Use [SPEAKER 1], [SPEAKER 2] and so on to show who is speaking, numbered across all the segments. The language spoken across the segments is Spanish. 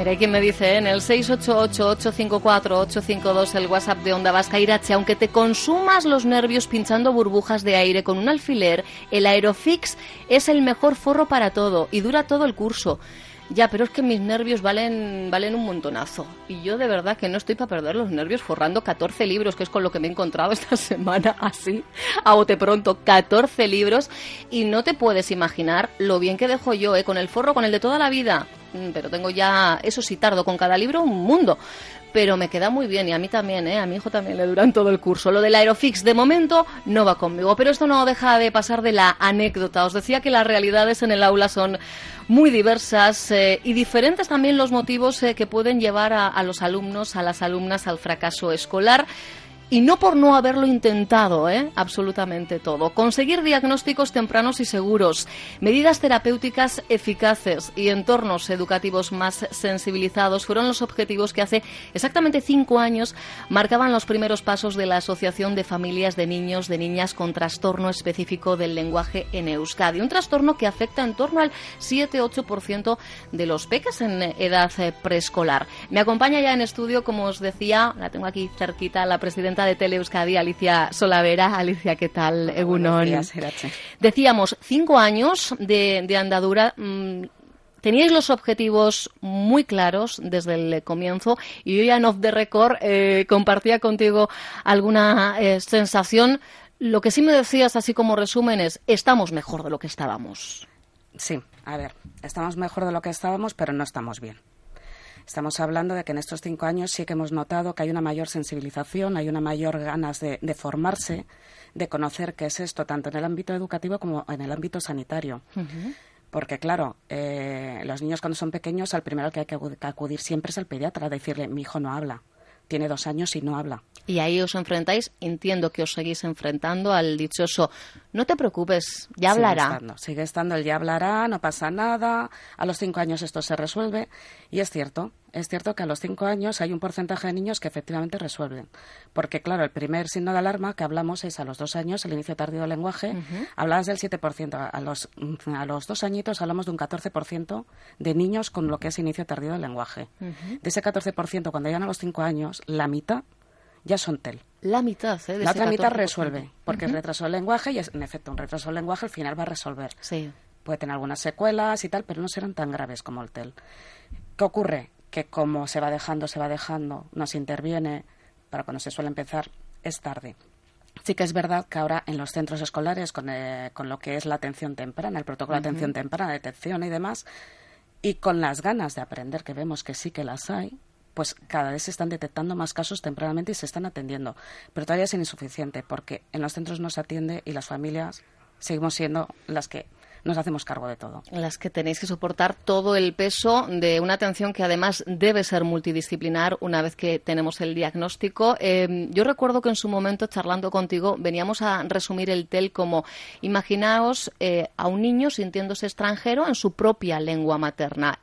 [SPEAKER 1] Mira, hay quien me dice, en el 688-854-852, el WhatsApp de Onda Vasca, Irache, aunque te consumas los nervios pinchando burbujas de aire con un alfiler, el Aerofix es el mejor forro para todo y dura todo el curso. Ya, pero es que mis nervios valen un montonazo. Y yo de verdad que no estoy para perder los nervios forrando 14 libros, que es con lo que me he encontrado esta semana, así, a bote pronto, 14 libros. Y no te puedes imaginar lo bien que dejo yo, con el forro, con el de toda la vida. Pero tengo ya, eso sí, tardo con cada libro un mundo. Pero me queda muy bien, y a mí también, a mi hijo también le duran todo el curso. Lo del Aerofix, de momento, no va conmigo, pero esto no deja de pasar de la anécdota. Os decía que las realidades en el aula son muy diversas y diferentes también los motivos que pueden llevar a los alumnos, a las alumnas, al fracaso escolar. Y no por no haberlo intentado, absolutamente todo. Conseguir diagnósticos tempranos y seguros, medidas terapéuticas eficaces y entornos educativos más sensibilizados fueron los objetivos que hace exactamente 5 años marcaban los primeros pasos de la Asociación de Familias de Niños, de Niñas con Trastorno Específico del Lenguaje en Euskadi. Un trastorno que afecta en torno al 7-8% de los peques en edad preescolar. Me acompaña ya en estudio, como os decía, la tengo aquí cerquita, la presidenta de Tele Euskadi, Alicia Solavera. Alicia, ¿qué tal? Egunon.
[SPEAKER 2] Buenos días, Irache.
[SPEAKER 1] Decíamos, 5 años de andadura. Teníais los objetivos muy claros desde el comienzo y yo ya en Off the Record compartía contigo alguna sensación. Lo que sí me decías, así como resumen, es estamos mejor de lo que estábamos.
[SPEAKER 2] Sí, a ver, estamos mejor de lo que estábamos, pero no estamos bien. Estamos hablando de que en estos 5 años sí que hemos notado que hay una mayor sensibilización, hay una mayor ganas de formarse, de conocer qué es esto, tanto en el ámbito educativo como en el ámbito sanitario. Uh-huh. Porque, claro, los niños cuando son pequeños, al primero al que hay que acudir siempre es al pediatra, a decirle, mi hijo no habla, tiene 2 años y no habla.
[SPEAKER 1] Y ahí os enfrentáis, entiendo que os seguís enfrentando al dichoso, no te preocupes, ya hablará.
[SPEAKER 2] Sigue estando el ya hablará, no pasa nada, a los 5 años esto se resuelve. Y es cierto que a los 5 años hay un porcentaje de niños que efectivamente resuelven. Porque, claro, el primer signo de alarma que hablamos es a los 2 años, el inicio tardío del lenguaje. Uh-huh. Hablabas del 7%, a los 2 añitos hablamos de un 14% de niños con lo que es inicio tardío del lenguaje. Uh-huh. De ese 14%, cuando llegan a los 5 años, la mitad ya son TEL.
[SPEAKER 1] La mitad,
[SPEAKER 2] La otra mitad resuelve, porque es retraso del lenguaje y es, en efecto, un retraso del lenguaje al final va a resolver.
[SPEAKER 1] Sí.
[SPEAKER 2] Puede tener algunas secuelas y tal, pero no serán tan graves como el TEL. ¿Qué ocurre? Que como se va dejando, no se interviene, para cuando se suele empezar, es tarde. Sí que es verdad que ahora en los centros escolares, con lo que es la atención temprana, el protocolo de atención temprana, detección y demás, y con las ganas de aprender, que vemos que sí que las hay, pues cada vez se están detectando más casos tempranamente y se están atendiendo. Pero todavía es insuficiente, porque en los centros no se atiende y las familias seguimos siendo las que nos hacemos cargo de todo.
[SPEAKER 1] Las que tenéis que soportar todo el peso de una atención que además debe ser multidisciplinar una vez que tenemos el diagnóstico. Yo recuerdo que en su momento, charlando contigo, veníamos a resumir el TEL como, imaginaos a un niño sintiéndose extranjero en su propia lengua materna.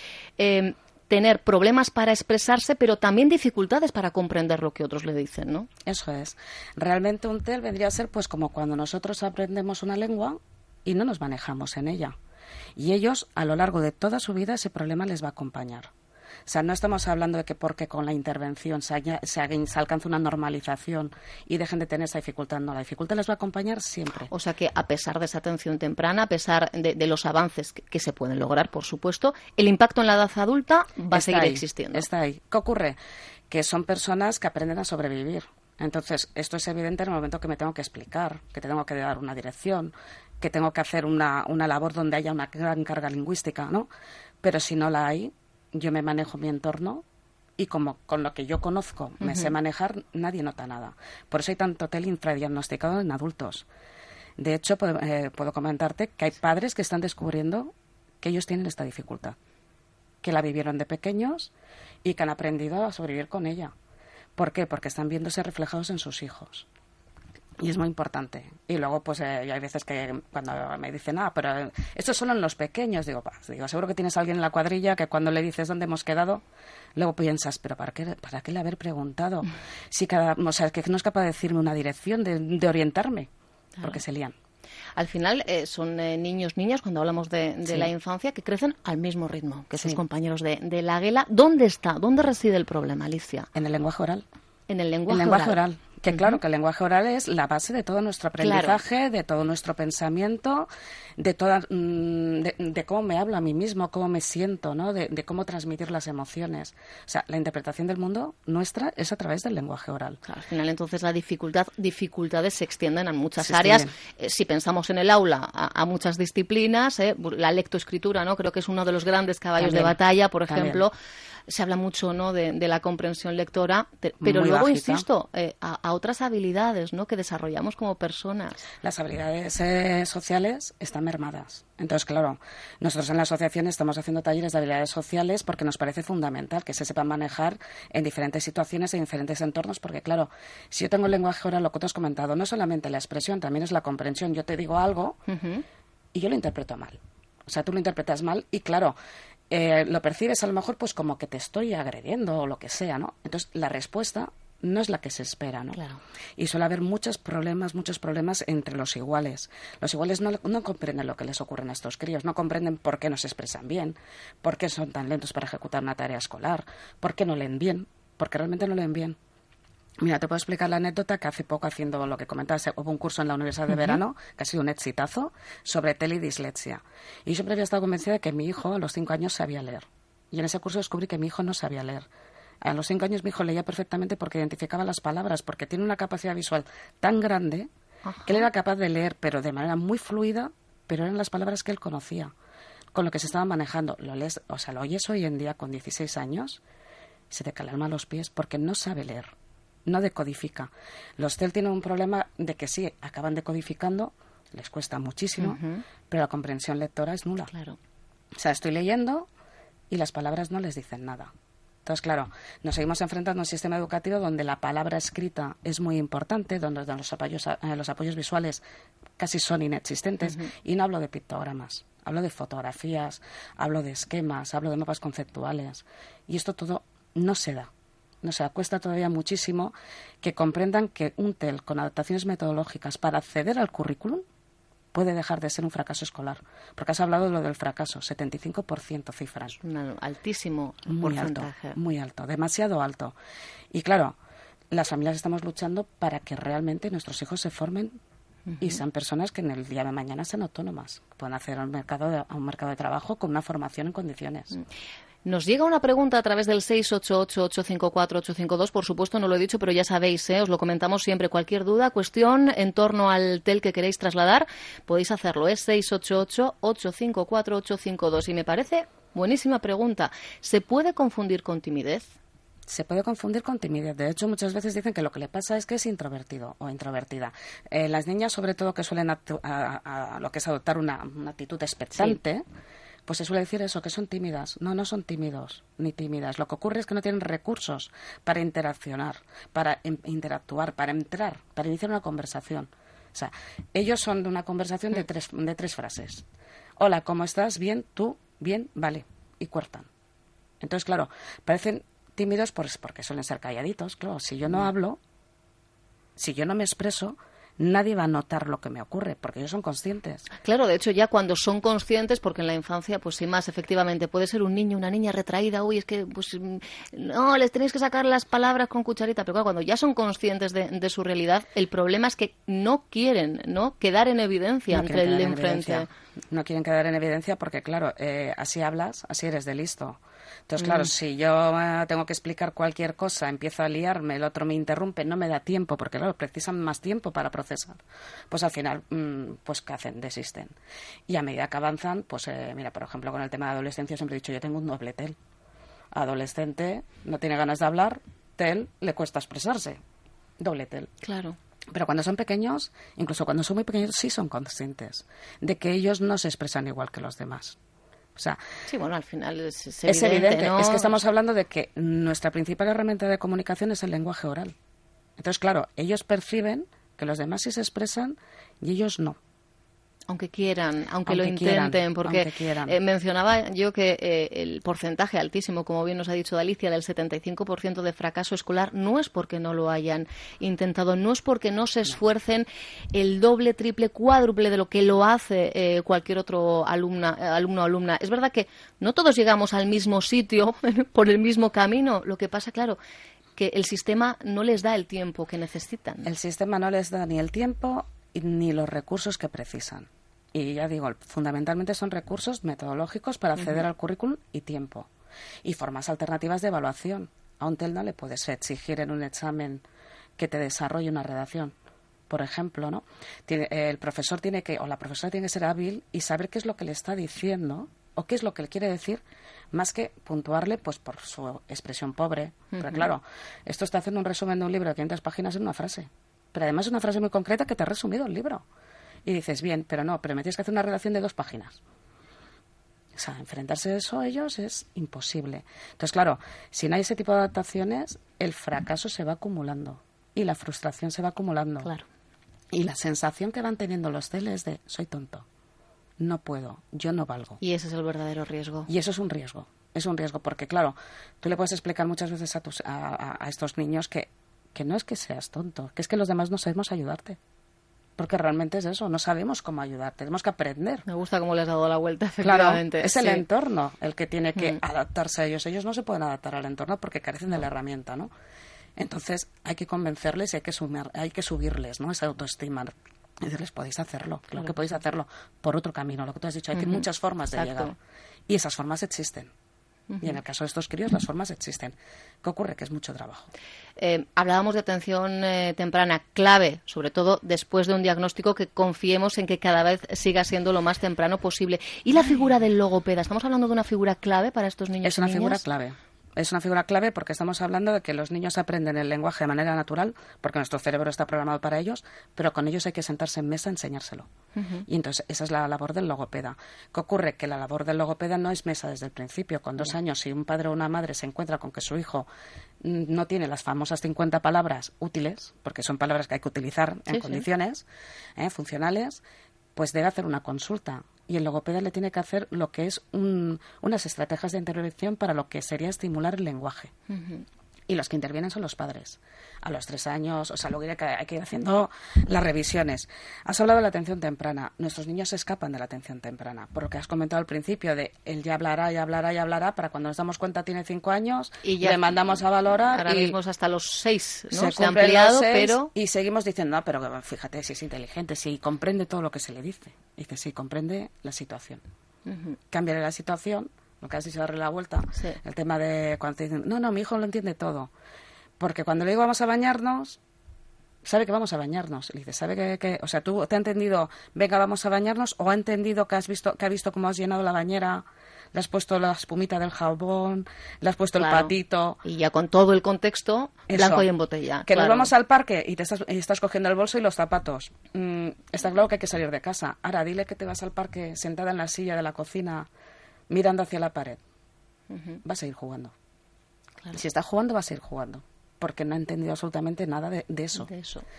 [SPEAKER 1] Tener problemas para expresarse, pero también dificultades para comprender lo que otros le dicen, ¿no?
[SPEAKER 2] Eso es. Realmente un TEL vendría a ser pues como cuando nosotros aprendemos una lengua y no nos manejamos en ella. Y ellos, a lo largo de toda su vida, ese problema les va a acompañar. O sea, no estamos hablando de que porque con la intervención se alcance una normalización y dejen de tener esa dificultad. No, la dificultad les va a acompañar siempre.
[SPEAKER 1] O sea que a pesar de esa atención temprana, a pesar de los avances que se pueden lograr, por supuesto, el impacto en la edad adulta va a seguir existiendo.
[SPEAKER 2] Está ahí. ¿Qué ocurre? Que son personas que aprenden a sobrevivir. Entonces, esto es evidente en el momento que me tengo que explicar, que te tengo que dar una dirección, que tengo que hacer una labor donde haya una gran carga lingüística, ¿no? Pero si no la hay, yo me manejo mi entorno y como con lo que yo conozco me sé manejar, nadie nota nada. Por eso hay tanto TEL infradiagnosticado en adultos. De hecho, puedo comentarte que hay padres que están descubriendo que ellos tienen esta dificultad, que la vivieron de pequeños y que han aprendido a sobrevivir con ella. ¿Por qué? Porque están viéndose reflejados en sus hijos. Y es muy importante. Y luego, pues, hay veces que cuando me dicen, pero esto es solo en los pequeños, digo, seguro que tienes a alguien en la cuadrilla que cuando le dices dónde hemos quedado, luego piensas, pero ¿para qué le haber preguntado? Si que no es capaz de decirme una dirección, de orientarme, porque se lían.
[SPEAKER 1] Al final son niños, niñas, cuando hablamos de la infancia, que crecen al mismo ritmo que sus compañeros de la Águila. ¿Dónde reside el problema, Alicia?
[SPEAKER 2] En el lenguaje oral.
[SPEAKER 1] En el lenguaje oral.
[SPEAKER 2] Que claro, que el lenguaje oral es la base de todo nuestro aprendizaje, de todo nuestro pensamiento, de cómo me hablo a mí mismo, cómo me siento, ¿no? De cómo transmitir las emociones. O sea, la interpretación del mundo nuestra es a través del lenguaje oral.
[SPEAKER 1] Claro, al final, entonces, dificultades se extienden a muchas áreas. Si pensamos en el aula, a muchas disciplinas, la lectoescritura, ¿no? Creo que es uno de los grandes caballos de batalla, por ejemplo. Se habla mucho, ¿no?, de la comprensión lectora, pero
[SPEAKER 2] muy
[SPEAKER 1] luego,
[SPEAKER 2] bajita.
[SPEAKER 1] insisto, a otras habilidades, ¿no?, que desarrollamos como personas.
[SPEAKER 2] Las habilidades sociales están mermadas. Entonces, claro, nosotros en la asociación estamos haciendo talleres de habilidades sociales porque nos parece fundamental que se sepan manejar en diferentes situaciones, en diferentes entornos, porque, claro, si yo tengo el lenguaje oral, lo que tú has comentado, no solamente la expresión, también es la comprensión. Yo te digo algo y yo lo interpreto mal. O sea, tú lo interpretas mal y, claro, lo percibes a lo mejor pues como que te estoy agrediendo o lo que sea, ¿no? Entonces, la respuesta no es la que se espera, ¿no?
[SPEAKER 1] Claro.
[SPEAKER 2] Y suele haber muchos problemas entre los iguales. Los iguales no comprenden lo que les ocurre a estos críos, no comprenden por qué no se expresan bien, por qué son tan lentos para ejecutar una tarea escolar, por qué no leen bien, porque realmente no leen bien. Mira, te puedo explicar la anécdota que hace poco, haciendo lo que comentabas, hubo un curso en la Universidad de Verano, que ha sido un exitazo, sobre TEL y dislexia. Y yo siempre había estado convencida de que mi hijo a los 5 años sabía leer. Y en ese curso descubrí que mi hijo no sabía leer. A los 5 años mi hijo leía perfectamente porque identificaba las palabras, porque tiene una capacidad visual tan grande que él era capaz de leer, pero de manera muy fluida, pero eran las palabras que él conocía, con lo que se estaban manejando. Lo oyes hoy en día con 16 años, se te cae el alma a los pies porque no sabe leer. No decodifica. Los TEL tienen un problema de que sí, acaban decodificando, les cuesta muchísimo, pero la comprensión lectora es nula.
[SPEAKER 1] Claro.
[SPEAKER 2] O sea, estoy leyendo y las palabras no les dicen nada. Entonces, claro, nos seguimos enfrentando a un sistema educativo donde la palabra escrita es muy importante, donde los apoyos visuales casi son inexistentes, y no hablo de pictogramas, hablo de fotografías, hablo de esquemas, hablo de mapas conceptuales, y esto todo no se da. O sea, cuesta todavía muchísimo que comprendan que un TEL con adaptaciones metodológicas para acceder al currículum puede dejar de ser un fracaso escolar. Porque has hablado de lo del fracaso, 75% cifras.
[SPEAKER 1] Un altísimo
[SPEAKER 2] porcentaje. Muy alto, demasiado alto. Y claro, las familias estamos luchando para que realmente nuestros hijos se formen y sean personas que en el día de mañana sean autónomas, que puedan acceder a un mercado de trabajo con una formación en condiciones.
[SPEAKER 1] Nos llega una pregunta a través del 688-854-852. Por supuesto, no lo he dicho, pero ya sabéis, os lo comentamos siempre. Cualquier duda, cuestión en torno al TEL que queréis trasladar, podéis hacerlo. Es 688-854-852. Y me parece buenísima pregunta. ¿Se puede confundir con timidez?
[SPEAKER 2] Se puede confundir con timidez. De hecho, muchas veces dicen que lo que le pasa es que es introvertido o introvertida. Las niñas, sobre todo, que suelen lo que es adoptar una actitud expectante, pues se suele decir eso, que son tímidas. No son tímidos ni tímidas. Lo que ocurre es que no tienen recursos para interaccionar, para interactuar, para entrar, para iniciar una conversación. O sea, ellos son de una conversación de tres frases. Hola, ¿cómo estás? Bien, tú, bien, vale. Y cortan. Entonces, claro, parecen tímidos porque suelen ser calladitos. Claro, si yo no hablo, si yo no me expreso, nadie va a notar lo que me ocurre, porque ellos son conscientes.
[SPEAKER 1] Claro, de hecho, ya cuando son conscientes, porque en la infancia, pues sin más, efectivamente, puede ser un niño, una niña retraída, uy, es que, pues, no, les tenéis que sacar las palabras con cucharita, pero claro, cuando ya son conscientes de su realidad, el problema es que no quieren, ¿no?, quedar en evidencia ante el de enfrente.
[SPEAKER 2] No quieren quedar en evidencia porque, claro, así hablas, así eres de listo. Entonces, claro, si yo tengo que explicar cualquier cosa, empiezo a liarme, el otro me interrumpe, no me da tiempo, porque, claro, precisan más tiempo para procesar. Pues al final, pues ¿qué hacen? Desisten. Y a medida que avanzan, pues mira, por ejemplo, con el tema de adolescencia siempre he dicho, yo tengo un doble TEL. Adolescente, no tiene ganas de hablar, TEL, le cuesta expresarse. Doble TEL.
[SPEAKER 1] Claro.
[SPEAKER 2] Pero cuando son pequeños, incluso cuando son muy pequeños, sí son conscientes de que ellos no se expresan igual que los demás. O sea,
[SPEAKER 1] sí, bueno, al final es
[SPEAKER 2] evidente,
[SPEAKER 1] ¿no?
[SPEAKER 2] Es que estamos hablando de que nuestra principal herramienta de comunicación es el lenguaje oral. Entonces, claro, ellos perciben que los demás sí se expresan y ellos no.
[SPEAKER 1] Aunque quieran, aunque lo intenten, porque mencionaba yo que el porcentaje altísimo, como bien nos ha dicho Alicia, del 75% de fracaso escolar, no es porque no lo hayan intentado, no es porque no se esfuercen el doble, triple, cuádruple de lo que lo hace cualquier otro alumno o alumna. Es verdad que no todos llegamos al mismo sitio por el mismo camino. Lo que pasa, claro, que el sistema no les da el tiempo que necesitan.
[SPEAKER 2] El sistema no les da ni el tiempo ni los recursos que precisan. Y ya digo, fundamentalmente son recursos metodológicos para acceder al currículum y tiempo. Y formas alternativas de evaluación. A un TEL no le puedes exigir en un examen que te desarrolle una redacción. Por ejemplo, ¿no? El profesor tiene que, o la profesora tiene que ser hábil y saber qué es lo que le está diciendo o qué es lo que le quiere decir, más que puntuarle pues por su expresión pobre. Pero claro, esto está haciendo un resumen de un libro de 500 páginas en una frase. Pero además es una frase muy concreta que te ha resumido el libro. Y dices, bien, pero me tienes que hacer una redacción de 2 páginas. O sea, enfrentarse a eso a ellos es imposible. Entonces, claro, si no hay ese tipo de adaptaciones, el fracaso se va acumulando y la frustración se va acumulando.
[SPEAKER 1] Claro.
[SPEAKER 2] Y la sensación que van teniendo los TEL es de, soy tonto, no puedo, yo no valgo.
[SPEAKER 1] Y ese es el verdadero riesgo.
[SPEAKER 2] Y eso es un riesgo. Es un riesgo porque, claro, tú le puedes explicar muchas veces a estos niños que no es que seas tonto, que es que los demás no sabemos ayudarte. Porque realmente es eso, no sabemos cómo ayudar, tenemos que aprender.
[SPEAKER 1] Me gusta cómo le has dado la vuelta, efectivamente.
[SPEAKER 2] Claro, es el entorno el que tiene que adaptarse a ellos. Ellos no se pueden adaptar al entorno porque carecen de la herramienta, ¿no? Entonces hay que convencerles y hay que subirles, ¿no? Esa autoestima. Y decirles, podéis hacerlo, claro que podéis hacerlo por otro camino. Lo que tú has dicho, hay muchas formas de llegar. Y esas formas existen. Y en el caso de estos críos, las formas existen. ¿Qué ocurre? Que es mucho trabajo.
[SPEAKER 1] Hablábamos de atención temprana, clave, sobre todo después de un diagnóstico que confiemos en que cada vez siga siendo lo más temprano posible. ¿Y la figura del logopeda? ¿Estamos hablando de una figura clave para estos niños?
[SPEAKER 2] Es una figura clave. Es una figura clave porque estamos hablando de que los niños aprenden el lenguaje de manera natural, porque nuestro cerebro está programado para ellos, pero con ellos hay que sentarse en mesa a enseñárselo. Y entonces esa es la labor del logopeda. ¿Qué ocurre? Que la labor del logopeda no es mesa desde el principio. Con 2 años, si un padre o una madre se encuentra con que su hijo no tiene las famosas 50 palabras útiles, porque son palabras que hay que utilizar en condiciones funcionales, pues debe hacer una consulta. Y el logopeda le tiene que hacer lo que es unas estrategias de interiorización para lo que sería estimular el lenguaje. Y los que intervienen son los padres. A los 3 años, o sea, luego hay que ir haciendo las revisiones. Has hablado de la atención temprana. Nuestros niños se escapan de la atención temprana. Por lo que has comentado al principio, de él ya hablará, para cuando nos damos cuenta tiene 5 años, y ya le mandamos a valorar.
[SPEAKER 1] Ahora mismo es hasta los 6, ¿no?
[SPEAKER 2] Se
[SPEAKER 1] ha ampliado,
[SPEAKER 2] 6,
[SPEAKER 1] pero...
[SPEAKER 2] Y seguimos diciendo, no, pero fíjate, si es inteligente, si comprende todo lo que se le dice. Dice, sí, comprende la situación. Cámbiale la situación. Lo que has dicho, darle la vuelta, el tema de cuando te dicen, no, mi hijo lo entiende todo. Porque cuando le digo vamos a bañarnos, sabe que vamos a bañarnos. Le dice, sabe que o sea, tú te ha entendido, venga, vamos a bañarnos, o ha entendido que ha visto cómo has llenado la bañera, le has puesto la espumita del jabón, le has puesto el patito.
[SPEAKER 1] Y ya con todo el contexto, blanco y en botella.
[SPEAKER 2] Que nos vamos al parque y estás cogiendo el bolso y los zapatos. Está claro que hay que salir de casa. Ahora, dile que te vas al parque sentada en la silla de la cocina, mirando hacia la pared. Va a seguir jugando. Claro. Si está jugando, va a seguir jugando. Porque no ha entendido absolutamente nada de eso.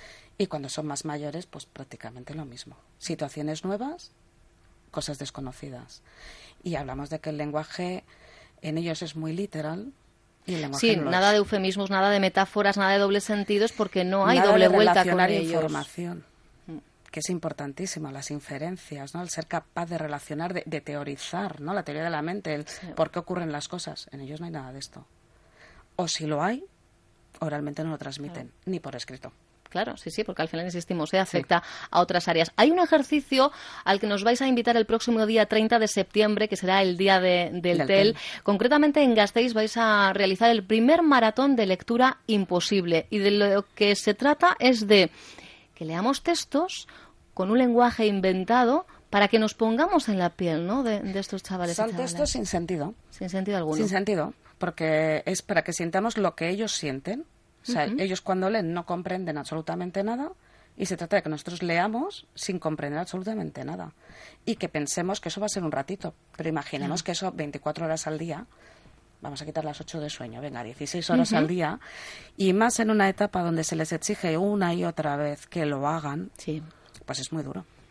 [SPEAKER 2] Y cuando son más mayores, pues prácticamente lo mismo. Situaciones nuevas, cosas desconocidas. Y hablamos de que el lenguaje en ellos es muy literal. Y el lenguaje no
[SPEAKER 1] nada de eufemismos, nada de metáforas, nada de dobles sentidos, porque no hay doble vuelta con ellos.
[SPEAKER 2] Información. Que es importantísima, las inferencias, ¿no? El ser capaz de relacionar, de teorizar, ¿no? La teoría de la mente, por qué ocurren las cosas. En ellos no hay nada de esto. O si lo hay, oralmente no lo transmiten, ni por escrito.
[SPEAKER 1] Claro, sí, porque al final, insistimos, afecta a otras áreas. Hay un ejercicio al que nos vais a invitar el próximo día 30 de septiembre, que será el día del TEL. Concretamente en Gasteiz vais a realizar el primer maratón de lectura imposible. Y de lo que se trata es de que leamos textos con un lenguaje inventado para que nos pongamos en la piel, ¿no?, de estos chavales.
[SPEAKER 2] Son textos sin sentido.
[SPEAKER 1] Sin sentido alguno.
[SPEAKER 2] Sin sentido, porque es para que sintamos lo que ellos sienten. O sea, ellos cuando leen no comprenden absolutamente nada y se trata de que nosotros leamos sin comprender absolutamente nada. Y que pensemos que eso va a ser un ratito, pero imaginemos que eso 24 horas al día... Vamos a quitar las 8 de sueño, venga, 16 horas al día, y más en una etapa donde se les exige una y otra vez que lo hagan, pues es muy duro.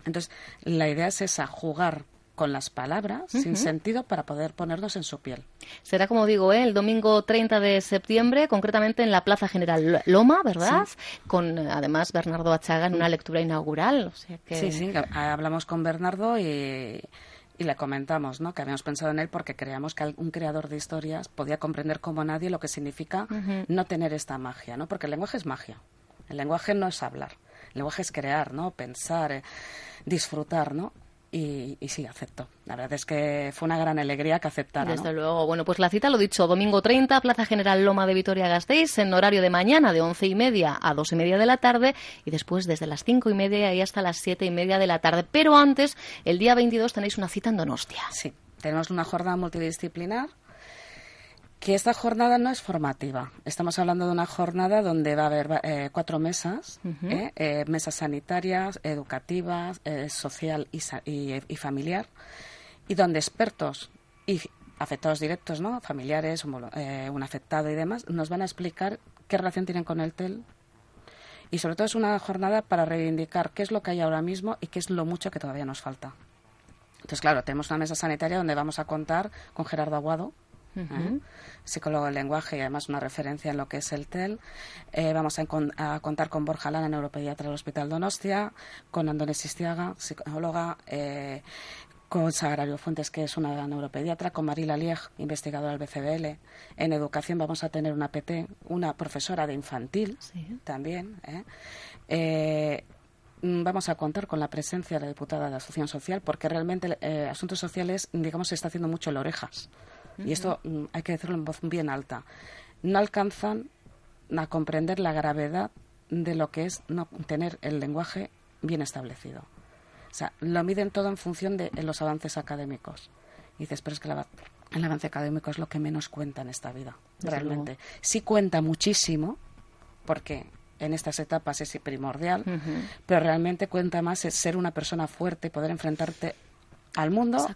[SPEAKER 2] Entonces, la idea es esa, jugar con las palabras sin sentido para poder ponernos en su piel.
[SPEAKER 1] Será, como digo, el domingo 30 de septiembre, concretamente en la Plaza General Loma, ¿verdad? Sí. Con, además, Bernardo Achaga en una lectura inaugural. O sea que...
[SPEAKER 2] Sí, hablamos con Bernardo y le comentamos, ¿no?, que habíamos pensado en él porque creíamos que un creador de historias podía comprender como nadie lo que significa no tener esta magia, ¿no? Porque el lenguaje es magia. El lenguaje no es hablar. El lenguaje es crear, ¿no? Pensar, disfrutar, ¿no? Y sí, acepto. La verdad es que fue una gran alegría que aceptara,
[SPEAKER 1] Desde luego. Bueno, pues la cita, lo dicho, domingo 30, Plaza General Loma de Vitoria-Gasteiz, en horario de mañana de 11:30 a 2:30 de la tarde y después desde las 5:30 y hasta las 7:30 de la tarde. Pero antes, el día 22, tenéis una cita en Donostia.
[SPEAKER 2] Sí, tenemos una jornada multidisciplinar. Que esta jornada no es formativa. Estamos hablando de una jornada donde va a haber 4 mesas, mesas sanitarias, educativas, social y familiar, y donde expertos y afectados directos, ¿no?, familiares, un afectado y demás, nos van a explicar qué relación tienen con el TEL. Y sobre todo es una jornada para reivindicar qué es lo que hay ahora mismo y qué es lo mucho que todavía nos falta. Entonces, claro, tenemos una mesa sanitaria donde vamos a contar con Gerardo Aguado, psicólogo del lenguaje y además una referencia en lo que es el TEL. Vamos a contar con Borja Lana, neuropediatra del Hospital Donostia, con Andonés Istiaga, psicóloga, con Sagrario Fuentes, que es una neuropediatra, con Marila Lieg, investigadora del BCBL. En educación vamos a tener una PT, una profesora de infantil también. Vamos a contar con la presencia de la diputada de Acción Social, porque realmente asuntos sociales, digamos, se está haciendo mucho en orejas. Y esto hay que decirlo en voz bien alta. No alcanzan a comprender la gravedad de lo que es no tener el lenguaje bien establecido. O sea, lo miden todo en función de los avances académicos. Y dices, pero es que el avance académico es lo que menos cuenta en esta vida, realmente. Sí cuenta muchísimo, porque en estas etapas es primordial, pero realmente cuenta más es ser una persona fuerte, poder enfrentarte al mundo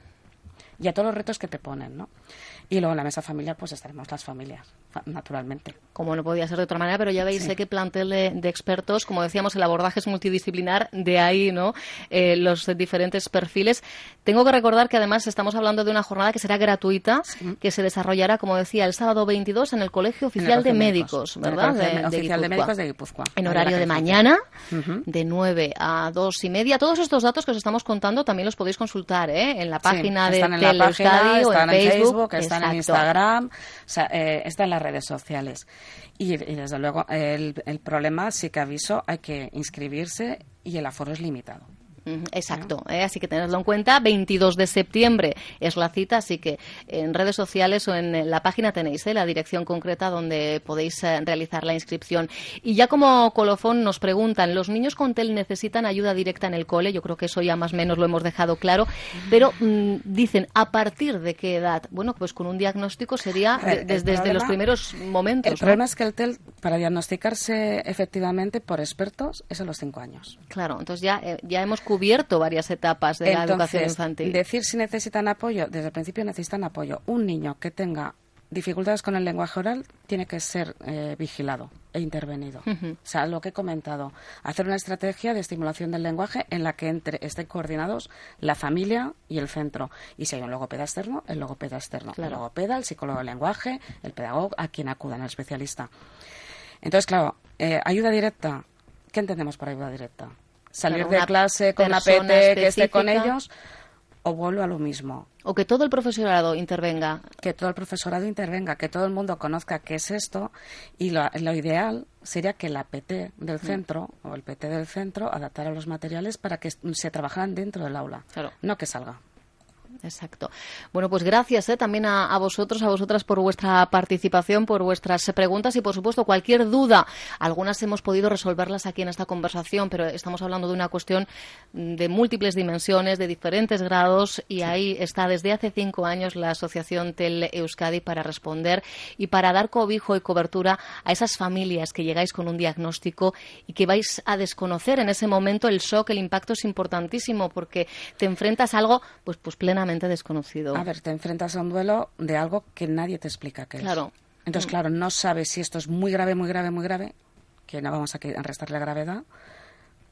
[SPEAKER 2] y a todos los retos que te ponen, ¿no? Y luego en la mesa familiar pues estaremos las familias, naturalmente.
[SPEAKER 1] Como no podía ser de otra manera, pero ya veis qué plantel de expertos, como decíamos, el abordaje es multidisciplinar, de ahí, ¿no?, los diferentes perfiles. Tengo que recordar que además estamos hablando de una jornada que será gratuita, que se desarrollará, como decía, el sábado 22 en el Colegio Oficial de Médicos, ¿verdad?
[SPEAKER 2] Oficial de Médicos de Guipúzcoa.
[SPEAKER 1] En horario de mañana, de 9 a 2:30. Todos estos datos que os estamos contando también los podéis consultar, en la página de Euskadi o en Facebook,
[SPEAKER 2] están en Instagram, o sea, está en las redes sociales. Y desde luego el problema, sí que aviso, hay que inscribirse y el aforo es limitado.
[SPEAKER 1] Exacto, así que tenedlo en cuenta. 22 de septiembre es la cita, así que en redes sociales o en la página tenéis la dirección concreta donde podéis realizar la inscripción. Y ya como colofón nos preguntan, ¿los niños con TEL necesitan ayuda directa en el cole? Yo creo que eso ya más o menos lo hemos dejado claro, pero dicen, ¿a partir de qué edad? Bueno, pues con un diagnóstico sería desde los primeros momentos.
[SPEAKER 2] El problema es que el TEL, para diagnosticarse efectivamente por expertos, es a los 5 años.
[SPEAKER 1] Claro, entonces ya hemos cubierto varias etapas de la educación infantil.
[SPEAKER 2] Decir si necesitan apoyo, desde el principio necesitan apoyo. Un niño que tenga dificultades con el lenguaje oral tiene que ser vigilado e intervenido. O sea, lo que he comentado, hacer una estrategia de estimulación del lenguaje en la que estén coordinados la familia y el centro. Y si hay un logopeda externo, el logopeda externo. Claro. El logopeda, el psicólogo del lenguaje, el pedagogo, a quien acudan, el especialista. Entonces, claro, ayuda directa. ¿Qué entendemos por ayuda directa? Salir de clase con una PT que esté con ellos, o vuelvo a lo mismo.
[SPEAKER 1] O que todo el profesorado intervenga.
[SPEAKER 2] Que todo el profesorado intervenga, que todo el mundo conozca qué es esto, y lo ideal sería que la PT del centro o el PT del centro adaptara los materiales para que se trabajaran dentro del aula, no que salga.
[SPEAKER 1] Exacto. Bueno, pues gracias también a vosotros, a vosotras por vuestra participación, por vuestras preguntas y, por supuesto, cualquier duda. Algunas hemos podido resolverlas aquí en esta conversación, pero estamos hablando de una cuestión de múltiples dimensiones, de diferentes grados, y ahí está desde hace 5 años la Asociación TEL Euskadi para responder y para dar cobijo y cobertura a esas familias que llegáis con un diagnóstico y que vais a desconocer en ese momento. El shock, el impacto es importantísimo porque te enfrentas a algo pues plenamente desconocido.
[SPEAKER 2] A ver, te enfrentas a un duelo de algo que nadie te explica qué es. Entonces, claro, no sabes si esto es muy grave, muy grave, muy grave, que no vamos a restarle gravedad,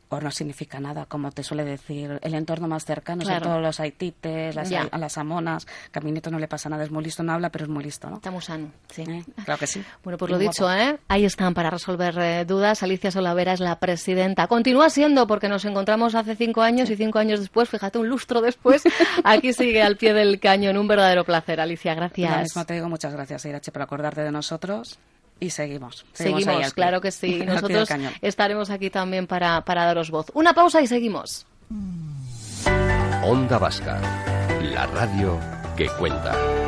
[SPEAKER 2] o no significa nada, como te suele decir el entorno más cercano,
[SPEAKER 1] Claro.
[SPEAKER 2] sobre todo los haitites,
[SPEAKER 1] Ya.
[SPEAKER 2] a las amonas, que a mi nieto no le pasa nada, es muy listo, no habla, pero es muy listo, ¿no?
[SPEAKER 1] Está muy sano, sí.
[SPEAKER 2] Claro que sí.
[SPEAKER 1] Bueno, pues
[SPEAKER 2] Y
[SPEAKER 1] lo
[SPEAKER 2] muy
[SPEAKER 1] dicho,
[SPEAKER 2] guapo.
[SPEAKER 1] ahí están para resolver dudas. Alicia Solavera es la presidenta. Continúa siendo, porque nos encontramos hace 5 años y 5 años después, fíjate, un lustro después, aquí sigue al pie del cañón. Un verdadero placer, Alicia, gracias.
[SPEAKER 2] Lo mismo te digo, muchas gracias, Irache, por acordarte de nosotros. Y seguimos ahí
[SPEAKER 1] Seguimos,
[SPEAKER 2] al pie.
[SPEAKER 1] claro que sí.
[SPEAKER 2] Al pie del
[SPEAKER 1] Nosotros
[SPEAKER 2] cañón.
[SPEAKER 1] estaremos aquí también para daros voz. Una pausa y seguimos.
[SPEAKER 3] Onda Vasca, la radio que cuenta.